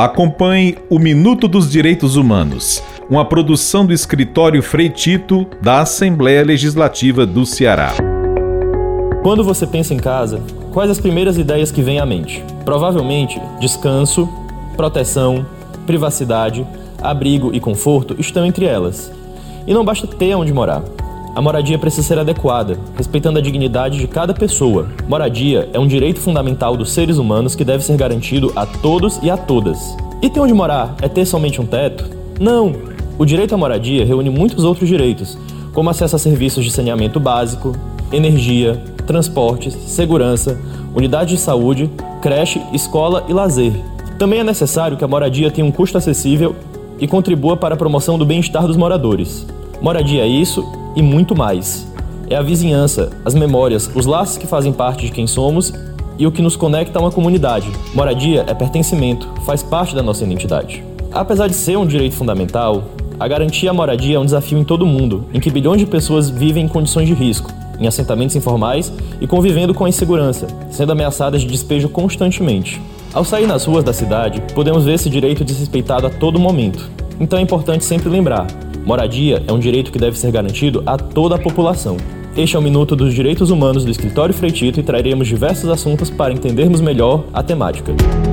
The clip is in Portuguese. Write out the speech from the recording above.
Acompanhe o Minuto dos Direitos Humanos, uma produção do Escritório Frei Tito da Assembleia Legislativa do Ceará. Quando você pensa em casa, quais as primeiras ideias que vêm à mente? Provavelmente, descanso, proteção, privacidade, abrigo e conforto estão entre elas. E não basta ter onde morar. A moradia precisa ser adequada, respeitando a dignidade de cada pessoa. Moradia é um direito fundamental dos seres humanos que deve ser garantido a todos e a todas. E ter onde morar é ter somente um teto? Não! O direito à moradia reúne muitos outros direitos, como acesso a serviços de saneamento básico, energia, transportes, segurança, unidade de saúde, creche, escola e lazer. Também é necessário que a moradia tenha um custo acessível e contribua para a promoção do bem-estar dos moradores. Moradia é isso e muito mais. É a vizinhança, as memórias, os laços que fazem parte de quem somos e o que nos conecta a uma comunidade. Moradia é pertencimento, faz parte da nossa identidade. Apesar de ser um direito fundamental, a garantia à moradia é um desafio em todo o mundo, em que bilhões de pessoas vivem em condições de risco, em assentamentos informais e convivendo com a insegurança, sendo ameaçadas de despejo constantemente. Ao sair nas ruas da cidade, podemos ver esse direito desrespeitado a todo momento. Então é importante sempre lembrar: moradia é um direito que deve ser garantido a toda a população. Este é o Minuto dos Direitos Humanos do Escritório Frei Tito e traremos diversos assuntos para entendermos melhor a temática.